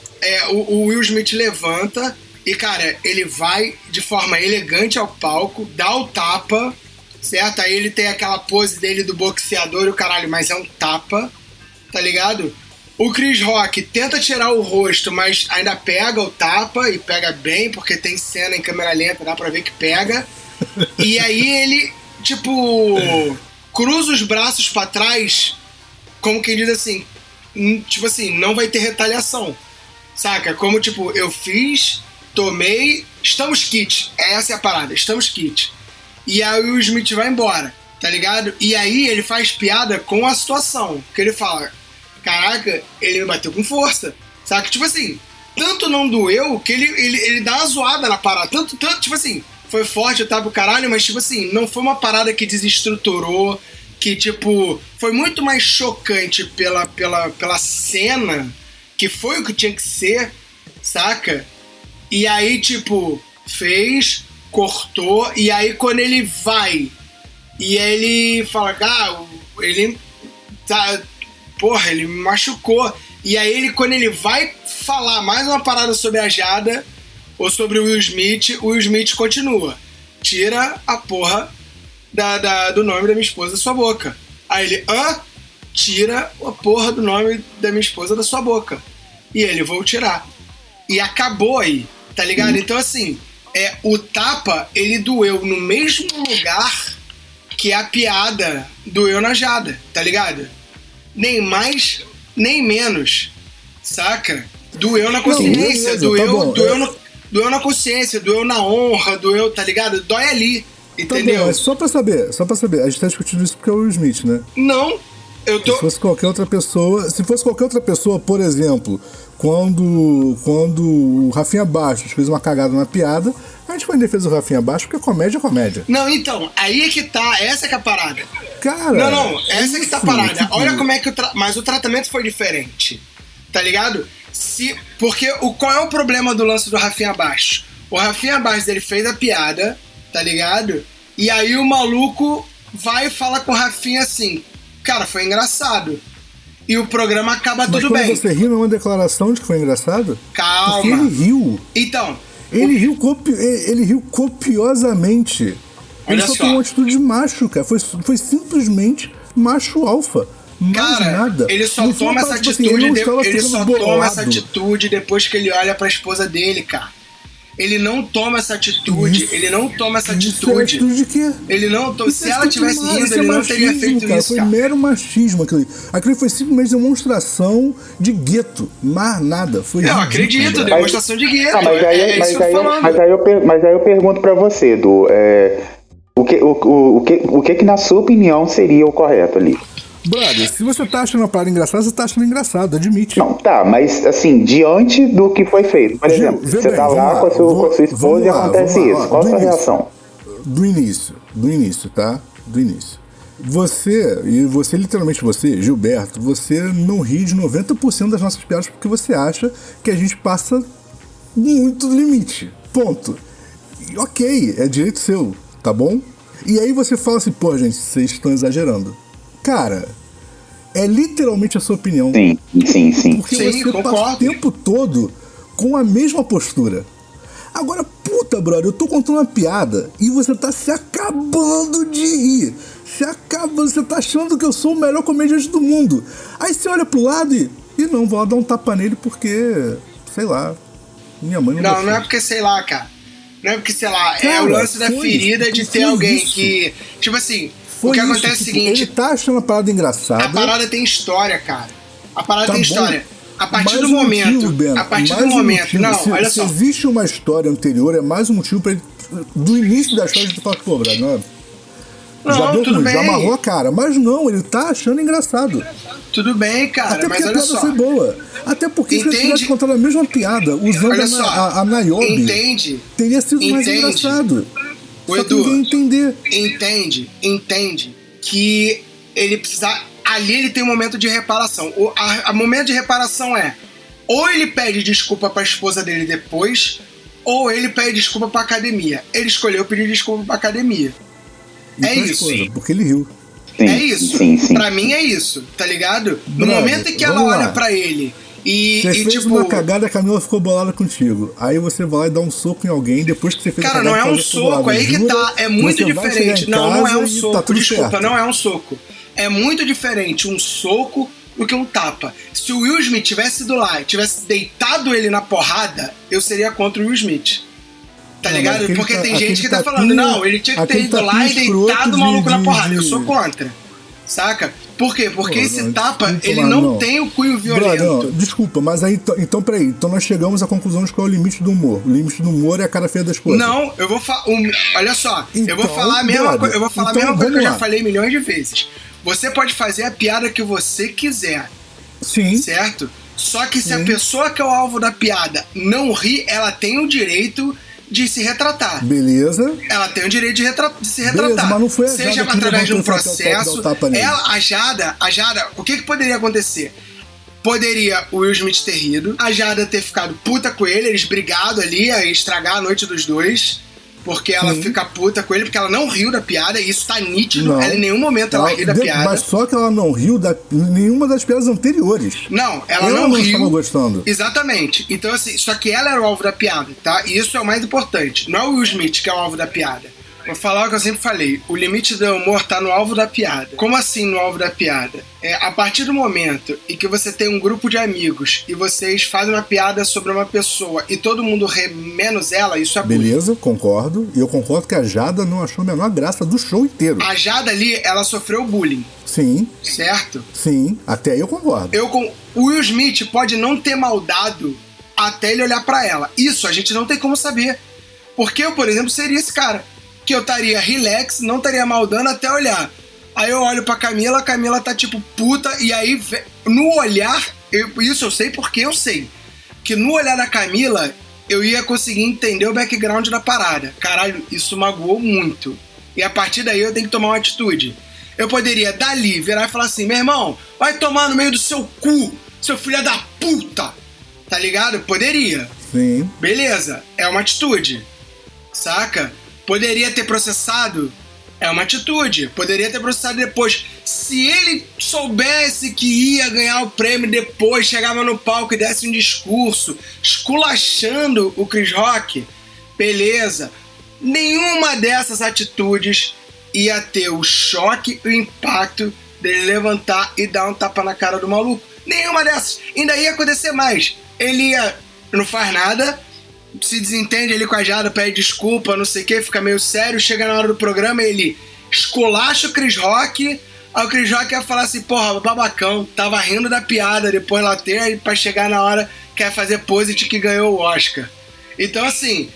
o Will Smith levanta e, cara, ele vai de forma elegante ao palco, dá o tapa, certo? Aí ele tem aquela pose dele do boxeador e o caralho, mas é um tapa, tá ligado? O Chris Rock tenta tirar o rosto, mas ainda pega o tapa e pega bem, porque tem cena em câmera lenta, dá pra ver que pega. E aí ele, tipo, cruza os braços pra trás, como quem diz assim, tipo assim, não vai ter retaliação, saca? Como, tipo, eu fiz, tomei, estamos kits. Essa é a parada, estamos kits. E aí o Will Smith vai embora, tá ligado? E aí ele faz piada com a situação, que ele fala, caraca, ele me bateu com força, saca? Tipo assim, tanto não doeu que ele dá uma zoada na parada, tanto, tipo assim, foi forte, eu tava pro caralho, mas tipo assim, não foi uma parada que desestruturou, que tipo, foi muito mais chocante pela cena, que foi o que tinha que ser, saca? E aí, tipo, fez, cortou, e aí quando ele vai, e ele fala, ele tá, porra, ele me machucou, e aí ele, quando ele vai falar mais uma parada sobre a Jada, ou sobre o Will Smith continua, tira a porra do nome da minha esposa da sua boca. Aí ele, tira a porra do nome da minha esposa da sua boca. E ele, vou tirar. E acabou aí, tá ligado? Então assim, o tapa, ele doeu no mesmo lugar que a piada doeu na Jada, tá ligado? Nem mais, nem menos, saca? Doeu na consciência, doeu na consciência, doeu na honra, doeu, tá ligado? Dói ali. Entendeu? Tá bom, mas só pra saber, a gente tá discutindo isso porque é o Will Smith, né? Não, eu tô... Se fosse qualquer outra pessoa, por exemplo, quando o Rafinha Bastos fez uma cagada na piada, a gente foi em defesa do Rafinha Bastos porque comédia é comédia. Não, então, aí é que tá, essa que é a parada. Cara... Não, essa que tá a parada. Tipo... Olha como é que mas o tratamento foi diferente, tá ligado? Porque qual é o problema do lance do Rafinha Bastos? O Rafinha Bastos, ele fez a piada, tá ligado? E aí o maluco vai e fala com o Rafinha assim, cara, foi engraçado. E o programa acaba tudo bem. Mas quando você riu, não é uma declaração de que foi engraçado? Calma. Porque ele riu. Então... Ele riu copiosamente. Ele só tem uma atitude de macho, cara. Foi simplesmente macho alfa. Mais nada. Ele só toma essa atitude, essa atitude depois que ele olha pra esposa dele, cara. Ele não toma essa atitude. Isso, ele não toma essa atitude. atitude. Atitude de quê? Ele não toma. Se ela tivesse rindo, ele não teria feito cara, isso, foi cara. Mero machismo aquilo. Aquilo foi simplesmente demonstração de gueto. Mais nada. Foi não, acredito, demonstração de gueto. Mas aí eu pergunto pra você, Edu, o que na sua opinião seria o correto ali? Brother, se você tá achando a parada engraçada, você tá achando engraçado, admite. Não, tá, mas assim, diante do que foi feito, por exemplo, você tá lá com a sua esposa e acontece isso, qual a sua reação? Do início, tá? Do início. Você literalmente você, Gilberto, você não ri de 90% das nossas piadas porque você acha que a gente passa muito do limite. Ponto. E, ok, é direito seu, tá bom? E aí você fala assim, pô, gente, vocês estão exagerando. Cara, é literalmente a sua opinião. Sim. Porque você passa o tempo todo com a mesma postura. Agora, puta, brother, eu tô contando uma piada e você tá se acabando de rir. Você tá achando que eu sou o melhor comediante do mundo. Aí você olha pro lado e não, vou lá dar um tapa nele porque, sei lá, minha mãe não Não é porque sei lá, cara. Não é porque, sei lá, cara, é o lance da ferida de ter alguém que, tipo assim... O que acontece é o seguinte... Ele tá achando a parada engraçada. A parada tem história, cara. A parada tem história. A partir do momento. A partir do momento. Não, olha só. Se existe uma história anterior, é mais um motivo pra ele. Do início da história, de falar, pô, Brad, não. Já deu ruim, já amarrou a cara. Mas não, ele tá achando engraçado. Tudo bem, cara, até mas olha só. Foi boa. Até porque se ele tivesse contado a mesma piada, usando a Niobe, teria sido mais engraçado. O Só Edu, que ninguém entender. Entende que ele precisa... Ali ele tem um momento de reparação. O momento de reparação é... Ou ele pede desculpa pra esposa dele depois, ou ele pede desculpa pra academia. Ele escolheu pedir desculpa pra academia. E isso. Coisa, porque ele riu. Sim, é isso. Sim. Pra mim é isso, tá ligado? No momento em que ela olha pra ele você fez tipo... uma cagada, a Camila ficou bolada contigo. Aí você vai lá e dá um soco em alguém depois que você fez Cara, a cagada. Cara, não é um soco, aí que tá. É muito diferente. Não é um soco. Tá Desculpa, certo. Não é um soco. É muito diferente um soco do que um tapa. Se o Will Smith tivesse ido lá e tivesse deitado ele na porrada, eu seria contra o Will Smith. Tá ligado? Porque tem gente que tá falando, não, ele tinha que ter ido lá e deitado o maluco na porrada. Eu sou contra. Saca? Por quê? Porque esse tapa, ele não tem o cunho violento. Não, desculpa, mas aí, então peraí. Então nós chegamos à conclusão de qual é o limite do humor. O limite do humor é a cara feia das coisas. Não, eu vou falar... Olha só, eu vou falar a mesma coisa. Eu vou falar a mesma coisa que eu já falei milhões de vezes. Você pode fazer a piada que você quiser. Sim. Certo? Só que se a pessoa que é o alvo da piada não ri, ela tem o direito de se retratar. Beleza. Ela tem o direito de se retratar. Beleza, mas não foi a Seja Jada através de um processo. A Jada, o que poderia acontecer? Poderia o Will Smith ter rido, a Jada ter ficado puta com ele, eles brigado ali, a estragar a noite dos dois, porque ela fica puta com ele, porque ela não riu da piada, e isso tá nítido. Ela em nenhum momento ela riu da piada. Mas só que ela não riu da nenhuma das piadas anteriores. Não, ela não riu. Estava gostando. Exatamente. Então, assim, só que ela era o alvo da piada, tá? E isso é o mais importante. Não é o Will Smith que é o alvo da piada. Vou falar o que eu sempre falei. O limite do humor tá no alvo da piada. Como assim no alvo da piada? A partir do momento em que você tem um grupo de amigos e vocês fazem uma piada sobre uma pessoa e todo mundo ri menos ela, isso é bullying. Beleza, concordo. E eu concordo que a Jada não achou a menor graça do show inteiro. A Jada ali, ela sofreu bullying. Sim. Certo? Sim, até aí eu concordo. O Will Smith pode não ter maldado até ele olhar pra ela. Isso a gente não tem como saber. Porque eu, por exemplo, seria esse cara. Que eu estaria relax, não estaria maldando até olhar. Aí eu olho pra Camila, a Camila tá tipo puta, e aí no olhar, isso eu sei porque eu sei, que no olhar da Camila eu ia conseguir entender o background da parada. Caralho, isso magoou muito. E a partir daí eu tenho que tomar uma atitude. Eu poderia dali virar e falar assim, meu irmão, vai tomar no meio do seu cu, seu filho da puta. Tá ligado? Poderia. Sim. Beleza, é uma atitude. Saca? Poderia ter processado, é uma atitude. Poderia ter processado depois. Se ele soubesse que ia ganhar o prêmio depois, chegava no palco e desse um discurso esculachando o Chris Rock, beleza. Nenhuma dessas atitudes ia ter o choque e o impacto dele levantar e dar um tapa na cara do maluco. Nenhuma dessas. Ainda ia acontecer mais. Ele não faz nada, se desentende ali com a Jada, pede desculpa, não sei o que, fica meio sério, chega na hora do programa, ele esculacha o Chris Rock, aí o Chris Rock ia falar assim, porra, babacão, tava rindo da piada, depois later, aí pra chegar na hora, quer fazer pose de que ganhou o Oscar. Então, assim,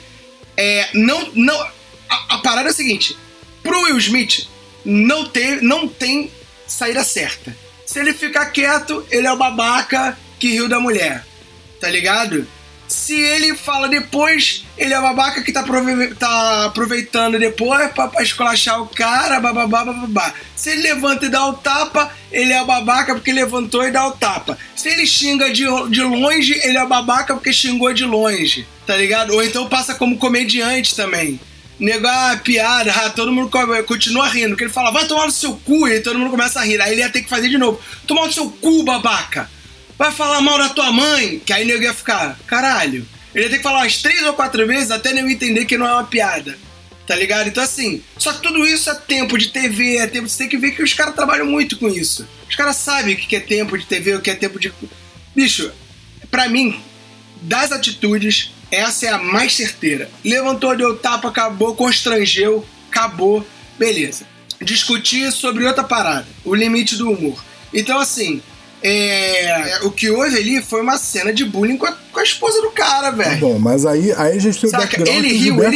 a parada é a seguinte, pro Will Smith, não tem saída certa. Se ele ficar quieto, ele é o babaca que riu da mulher, tá ligado? Se ele fala depois, ele é o babaca que tá aproveitando depois pra esculachar o cara, bababá. Se ele levanta e dá o tapa, ele é o babaca porque levantou e dá o tapa. Se ele xinga de longe, ele é o babaca porque xingou de longe, tá ligado? Ou então passa como comediante também. Negar piada, todo mundo continua rindo. Porque ele fala, vai tomar no seu cu, e todo mundo começa a rir. Aí ele ia ter que fazer de novo. Tomar no seu cu, babaca. Vai falar mal da tua mãe, que aí o nego ia ficar, caralho. Ele ia ter que falar umas 3 ou 4 vezes até nego entender que não é uma piada, tá ligado? Então assim, só que tudo isso é tempo de TV, é tempo, você tem que ver que os caras trabalham muito com isso. Os caras sabem o que é tempo de TV, o que é tempo de... Bicho, pra mim, das atitudes, essa é a mais certeira. Levantou, deu tapa, acabou, constrangeu, acabou, beleza. Discutir sobre outra parada, o limite do humor. Então assim... O que houve ali foi uma cena de bullying com a esposa do cara, velho. Bom, mas aí a gente tem o background. Ele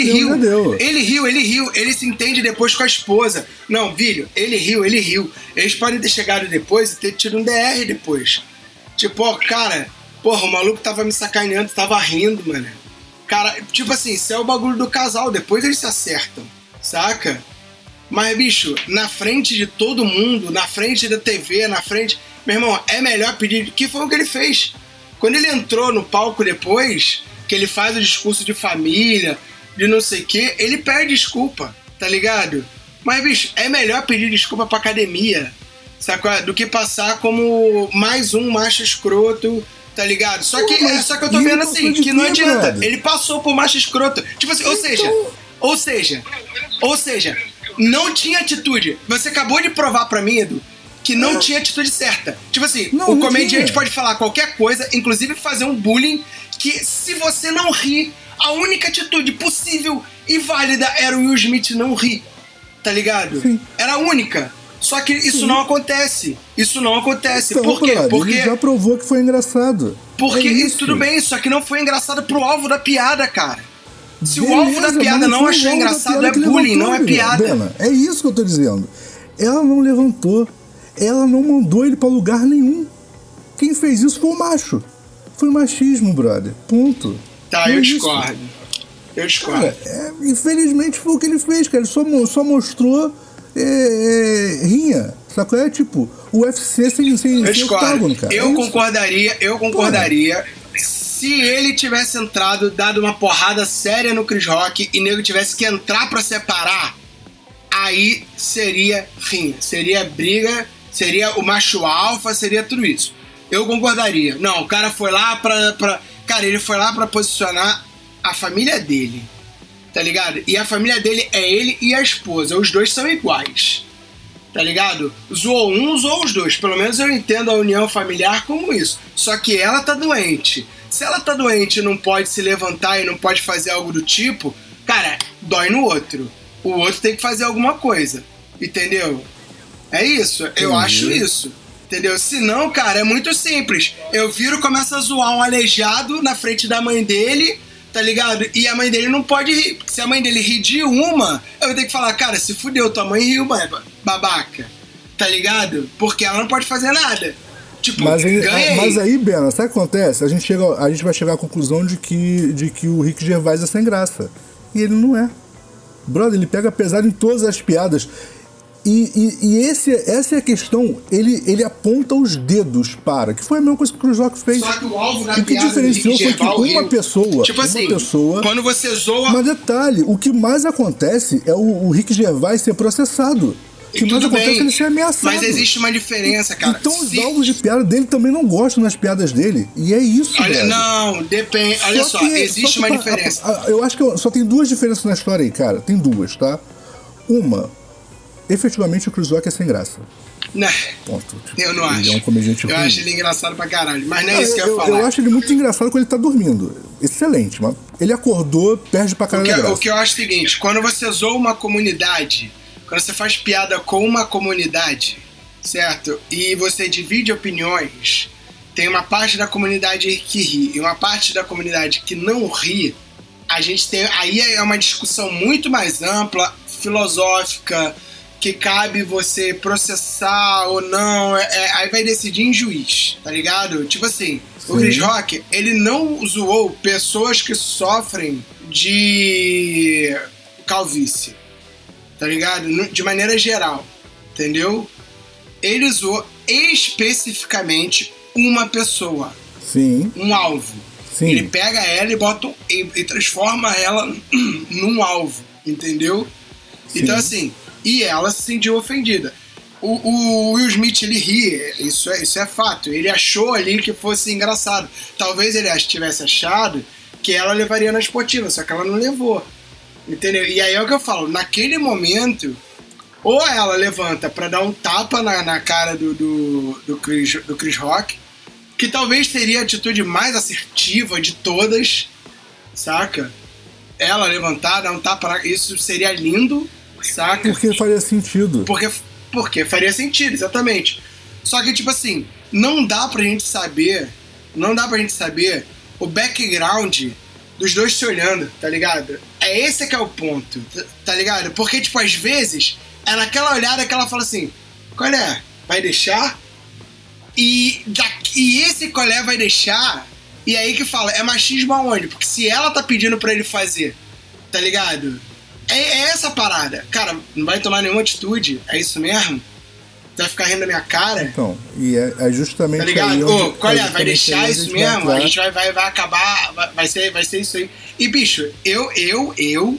riu. Ele se entende depois com a esposa. Não, Vílio, ele riu. Eles podem ter chegado depois e ter tido um DR depois. Tipo, ó, cara, porra, o maluco tava me sacaneando, tava rindo, mano. Cara, tipo assim, isso é o bagulho do casal, depois eles se acertam, saca? Mas, bicho, na frente de todo mundo, na frente da TV, na frente... Meu irmão, é melhor pedir... Que foi o que ele fez. Quando ele entrou no palco depois, que ele faz o discurso de família, de não sei o quê, ele pede desculpa, tá ligado? Mas, bicho, é melhor pedir desculpa pra academia, saca? Do que passar como mais um macho escroto, tá ligado? Só que eu tô vendo assim, que não adianta. Brother? Ele passou por macho escroto. Tipo assim, ou seja, não tinha atitude. Você acabou de provar pra mim, Edu, que não tinha atitude certa. Tipo assim, o comediante pode falar qualquer coisa, inclusive fazer um bullying, que se você não rir, a única atitude possível e válida era o Will Smith não rir. Tá ligado? Sim. Era a única. Só que isso não acontece. Então, por quê? Porque ele já provou que foi engraçado. Porque isso tudo bem, só que não foi engraçado pro alvo da piada, cara. Se o alvo da piada não achou engraçado, é bullying, não é piada. Bena, é isso que eu tô dizendo. Ela não levantou. Ela não mandou ele pra lugar nenhum. Quem fez isso foi o macho. Foi machismo, brother. Ponto. Tá, eu discordo. Cara, infelizmente foi o que ele fez, cara. Ele só mostrou rinha. Sacou? É tipo o UFC sem octágono, cara. Eu concordaria se ele tivesse entrado, dado uma porrada séria no Chris Rock e o nego tivesse que entrar pra separar, aí seria rinha. Seria briga, seria o macho alfa, seria tudo isso. Eu concordaria. Não, o cara foi lá Cara, ele foi lá pra posicionar a família dele, tá ligado? E a família dele é ele e a esposa. Os dois são iguais, tá ligado? Zoou um, zoou os dois. Pelo menos eu entendo a união familiar como isso. Só que ela tá doente. Se ela tá doente e não pode se levantar e não pode fazer algo do tipo, cara, dói no outro. O outro tem que fazer alguma coisa, entendeu? É isso, eu acho isso. Entendeu? Se não, cara, é muito simples. Eu viro, começo a zoar um aleijado na frente da mãe dele, tá ligado? E a mãe dele não pode rir. Porque se a mãe dele rir de uma, eu vou ter que falar, cara, se fudeu, tua mãe riu, babaca. Tá ligado? Porque ela não pode fazer nada. Tipo, mas aí, Bena, sabe o que acontece? A gente vai chegar à conclusão de que o Rick Gervais é sem graça. E ele não é. Brother, ele pega pesado em todas as piadas. E essa é a questão. Ele aponta os dedos para. Que foi a mesma coisa que o Chris Rock fez. Só que o alvo da piada. O que diferenciou foi que uma pessoa. Tipo assim, quando você zoa. Mas detalhe, o que mais acontece é o Rick Gervais ser processado. O que mais acontece é ele ser ameaçado. Mas existe uma diferença, cara. Então os alvos de piada dele também não gostam das piadas dele. E é isso, olha, não, depende. Olha só, existe uma diferença. Eu acho que só tem duas diferenças na história aí, cara. Tem duas, tá? Uma. Efetivamente o Chris Rock é sem graça. Não, ponto. Tipo, eu não acho. Ele é um comediante ruim. Acho ele engraçado pra caralho. Mas não é isso que eu ia falar. Eu acho ele muito engraçado quando ele tá dormindo. Excelente, mas ele acordou, perde pra caralho. O que eu acho é o seguinte: quando você zoa uma comunidade, quando você faz piada com uma comunidade, certo? E você divide opiniões, tem uma parte da comunidade que ri e uma parte da comunidade que não ri, a gente tem. Aí é uma discussão muito mais ampla, filosófica, que cabe você processar ou não, aí vai decidir em juiz, tá ligado? Tipo assim, sim. O Chris Rock, ele não zoou pessoas que sofrem de calvície, tá ligado? De maneira geral, entendeu? Ele zoou especificamente uma pessoa. Sim. Um alvo. Sim. Ele pega ela e transforma ela num alvo, entendeu? Sim. Então assim, e ela se sentiu ofendida. O Will Smith, ele ri, isso é fato. Ele achou ali que fosse engraçado. Talvez ele tivesse achado que ela levaria na esportiva, só que ela não levou. Entendeu? E aí é o que eu falo, naquele momento, ou ela levanta pra dar um tapa na cara do Chris Rock, que talvez teria a atitude mais assertiva de todas, saca? Ela levantar, dar um tapa, isso seria lindo, saca? Porque faria sentido. Porque faria sentido, exatamente. Só que, tipo assim, não dá pra gente saber o background dos dois se olhando, tá ligado? É esse que é o ponto, tá ligado? Porque, tipo, às vezes, é naquela olhada que ela fala assim, qual é? Vai deixar? E esse qual é vai deixar, e aí que fala, é machismo aonde? Porque se ela tá pedindo pra ele fazer, tá ligado? É essa parada. Cara, não vai tomar nenhuma atitude, é isso mesmo? Vai ficar rindo na minha cara? Então, e é justamente tá ligado? aí onde, qual é? Vai deixar isso mesmo? Vai a gente vai acabar, vai ser isso aí. E, bicho, eu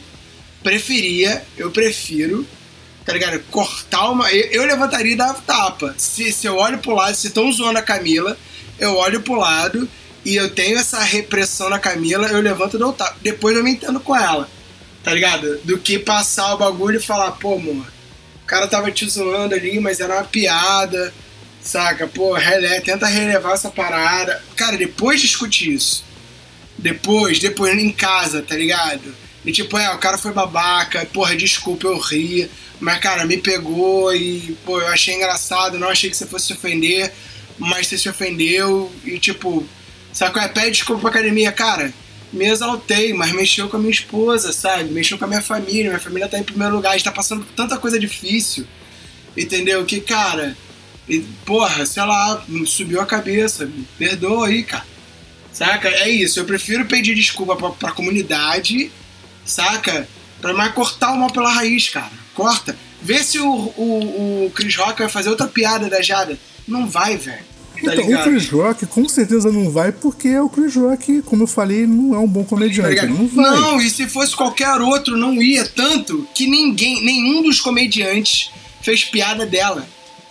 prefiro, tá ligado? Cortar uma... Eu levantaria e dava tapa. Se eu olho pro lado, se estão zoando a Camila, eu olho pro lado e eu tenho essa repressão na Camila, eu levanto e dou tapa. Depois eu me entendo com ela, tá ligado? Do que passar o bagulho e falar, pô, amor, o cara tava te zoando ali, mas era uma piada, saca? Pô, tenta relevar essa parada. Cara, depois discute isso. Depois em casa, tá ligado? E tipo, o cara foi babaca, porra, desculpa, eu ri. Mas, cara, me pegou e, pô, eu achei engraçado, não achei que você fosse se ofender, mas você se ofendeu e, tipo, saca? Pede desculpa pra academia, cara. Me exaltei, mas mexeu com a minha esposa, sabe? Mexeu com a minha família tá em primeiro lugar, a gente tá passando por tanta coisa difícil, entendeu? Que, cara, porra, sei lá, subiu a cabeça, me perdoa aí, cara, saca? É isso, eu prefiro pedir desculpa pra comunidade, saca? Pra mais cortar o mal pela raiz, cara, corta. Vê se o Chris Rock vai fazer outra piada da Jada. Não vai, velho. Tá então, o Chris Rock com certeza não vai, porque o Chris Rock, como eu falei, não é um bom comediante. Ele não vai. Não, e se fosse qualquer outro, não ia. Tanto que nenhum dos comediantes fez piada dela.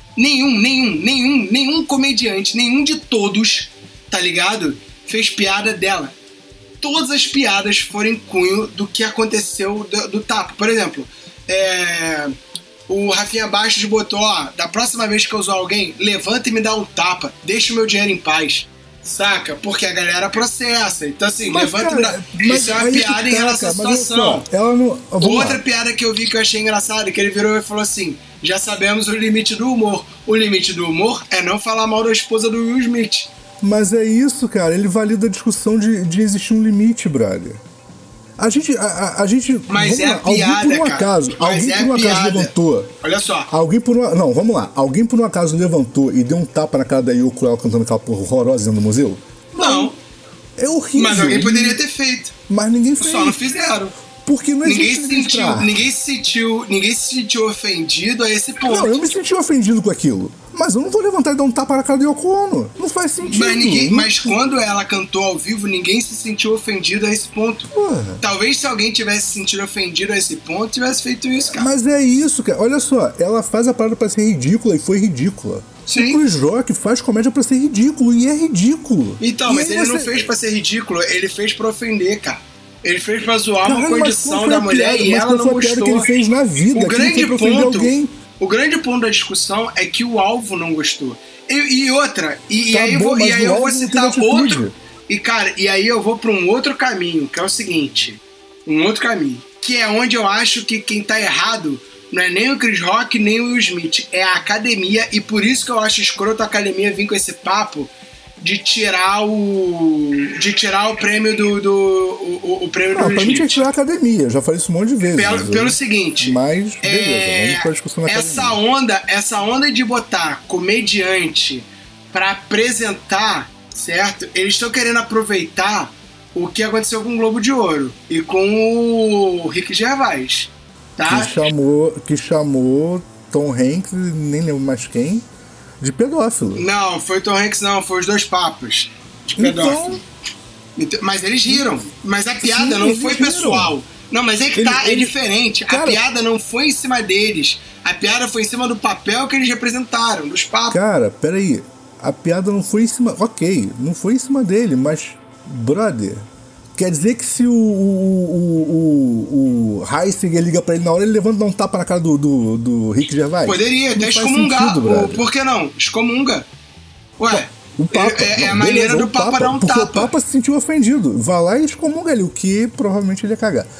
Nenhum comediante, nenhum de todos, tá ligado? Fez piada dela. Todas as piadas foram em cunho do que aconteceu do tapa. Por exemplo, o Rafinha Bastos botou, da próxima vez que eu usar alguém, levanta e me dá um tapa, deixa o meu dinheiro em paz, saca? Porque a galera processa, então assim, mas, levanta cara, e me dá... Isso é uma piada em relação à situação. Outra piada que eu vi que eu achei engraçada, que ele virou e falou assim, já sabemos o limite do humor. O limite do humor é não falar mal da esposa do Will Smith. Mas é isso, cara, ele valida a discussão de existir um limite, brother. A gente. Mas é a piada, alguém por um acaso levantou. Olha só. Não, vamos lá. Alguém por um acaso levantou e deu um tapa na cara da Yoko, ela cantando aquela porra horrorosa dentro do museu? Não. É horrível. Mas alguém poderia ter feito. Mas ninguém fez. Só não fizeram. Porque não existe ninguém se sentiu ofendido a esse ponto. Não, eu me senti ofendido com aquilo. Mas eu não vou levantar e dar um tapa na cara da Yoko Ono. Não faz sentido. Mas quando ela cantou ao vivo, ninguém se sentiu ofendido a esse ponto. Porra. Talvez se alguém tivesse se sentido ofendido a esse ponto, tivesse feito isso, cara. Mas é isso, cara. Olha só, ela faz a parada pra ser ridícula e foi ridícula. Sim. O Chris Rock faz comédia pra ser ridículo e é ridículo. Então, mas ele não fez pra ser ridículo, ele fez pra ofender, cara. Ele fez pra zoar uma condição da mulher e ela não gostou. Que ele fez na vida. O grande ponto da discussão é que o alvo não gostou. E outra, aí eu vou citar outro. E cara, e aí eu vou pra um outro caminho, que é o seguinte. Que é onde eu acho que quem tá errado não é nem o Chris Rock, nem o Will Smith. É a academia, e por isso que eu acho escroto a academia vir com esse papo de tirar o prêmio o prêmio do Will Smith. Pra mim tinha que tirar a academia, já falei isso um monte de vezes. Pelo seguinte... Mas, beleza, vamos pra discussão da academia. Essa onda de botar comediante pra apresentar, certo? Eles estão querendo aproveitar o que aconteceu com o Globo de Ouro e com o Rick Gervais, tá? Que chamou Tom Hanks, nem lembro mais quem, de pedófilo. Não, foi Tom Hanks não, foi os dois papos de pedófilo. Então, mas eles riram. Mas a piada não foi pessoal. Não, mas é que é diferente. Cara, a piada não foi em cima deles. A piada foi em cima do papel que eles representaram, dos papos. Cara, peraí. A piada não foi em cima... Ok, não foi em cima dele, mas... Brother... Quer dizer que se o Heisinger liga pra ele na hora, ele levanta e dá um tapa na cara do Rick Gervais? Poderia, até excomungar. Por que não? Excomunga. Ué, o Papa, é a maneira do Papa dar um tapa. Porque o Papa se sentiu ofendido. Vai lá e excomunga ele, o que provavelmente ele ia cagar.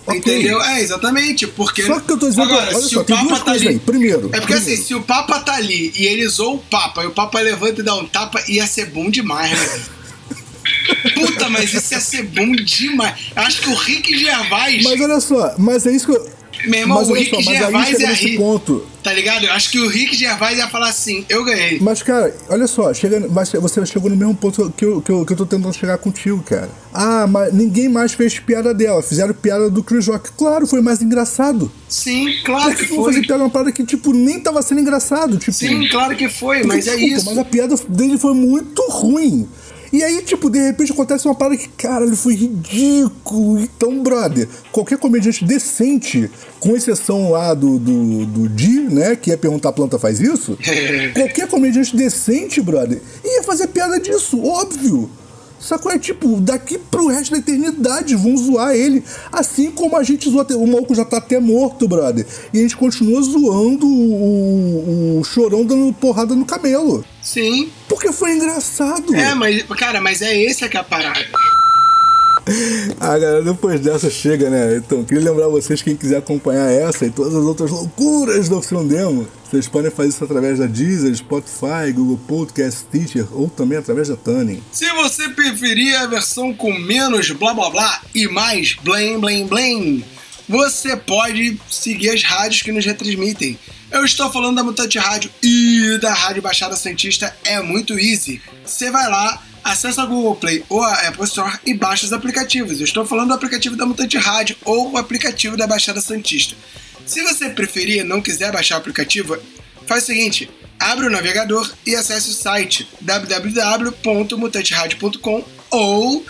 Okay. Entendeu? Exatamente. Porque... Só que eu tô dizendo, agora, olha se só, o tem Papa duas tá coisas ali... aí. Primeiro... É porque assim, se o Papa tá ali e ele zoou o Papa, e o Papa levanta e dá um tapa, ia ser bom demais, né? Puta, mas isso ia ser bom demais. Eu acho que o Rick Gervais... Mas olha só, mas é isso que eu... Meu irmão, mas o olha Rick só, Gervais ia rir. Ponto. Tá ligado? Eu acho que o Rick Gervais ia falar assim, eu ganhei. Mas, cara, olha só, você chegou no mesmo ponto que eu tô tentando chegar contigo, cara. Ah, mas ninguém mais fez piada dela. Fizeram piada do Chris Rock. Claro, foi mais engraçado. Sim, claro que foi. Fazer piada uma parada que, tipo, nem tava sendo engraçado. Tipo, sim, claro que foi, mas desculpa, é isso. Mas a piada dele foi muito ruim. E aí, tipo, de repente acontece uma parada que, cara, ele foi ridículo. Então, brother, qualquer comediante decente, com exceção lá do Di, né, que ia perguntar a planta faz isso, qualquer comediante decente, brother, ia fazer piada disso, óbvio. Sacou? É tipo, daqui pro resto da eternidade vão zoar ele. Assim como a gente zoa, o maluco já tá até morto, brother. E a gente continua zoando o Chorão dando porrada no camelo. Sim. Porque foi engraçado. Mas, cara, mas é esse que é a parada. Ah, galera, depois dessa chega, né? Então, queria lembrar vocês, quem quiser acompanhar essa e todas as outras loucuras do Oficina Demo, vocês podem fazer isso através da Deezer, Spotify, Google Podcast, Stitcher ou também através da Tuning. Se você preferir a versão com menos blá blá blá e mais blém blém blém, você pode seguir as rádios que nos retransmitem. Eu estou falando da Mutante Rádio e da Rádio Baixada Santista, é muito easy. Você vai lá, acessa a Google Play ou a Apple Store e baixa os aplicativos. Eu estou falando do aplicativo da Mutante Rádio ou o aplicativo da Baixada Santista. Se você preferir e não quiser baixar o aplicativo, faz o seguinte, abre o navegador e acesse o site www.mutanteradio.com ou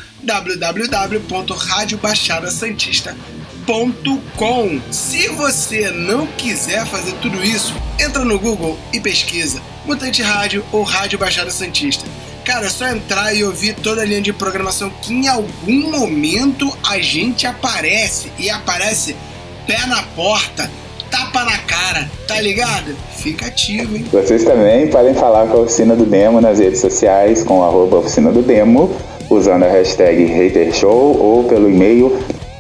www.radiobaixadasantista.com. Se você não quiser fazer tudo isso, entra no Google e pesquisa Mutante Rádio ou Rádio Baixada Santista. Cara, é só entrar e ouvir toda a linha de programação que em algum momento a gente aparece. E aparece pé na porta, tapa na cara, tá ligado? Fica ativo, hein? Vocês também podem falar com a Oficina do Demo nas redes sociais com @Oficina do Demo, usando a hashtag HaterShow ou pelo e-mail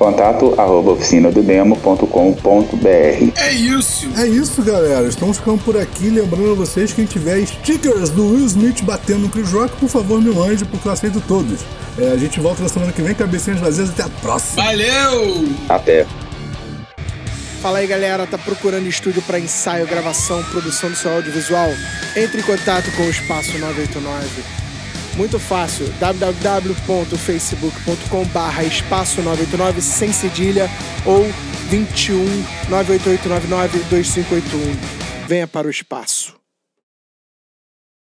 contato@oficinadodemo.com.br. É isso! É isso, galera. Estamos ficando por aqui. Lembrando a vocês, quem tiver stickers do Will Smith batendo no Chris Rock, por favor, me mande, porque eu aceito todos. A gente volta na semana que vem, cabecinhas vazias. Até a próxima. Valeu! Até! Fala aí, galera, tá procurando estúdio para ensaio, gravação, produção do seu audiovisual? Entre em contato com o Espaço 989. Muito fácil, www.facebook.com/espaço989 sem cedilha ou 21 98899 2581. Venha para o espaço.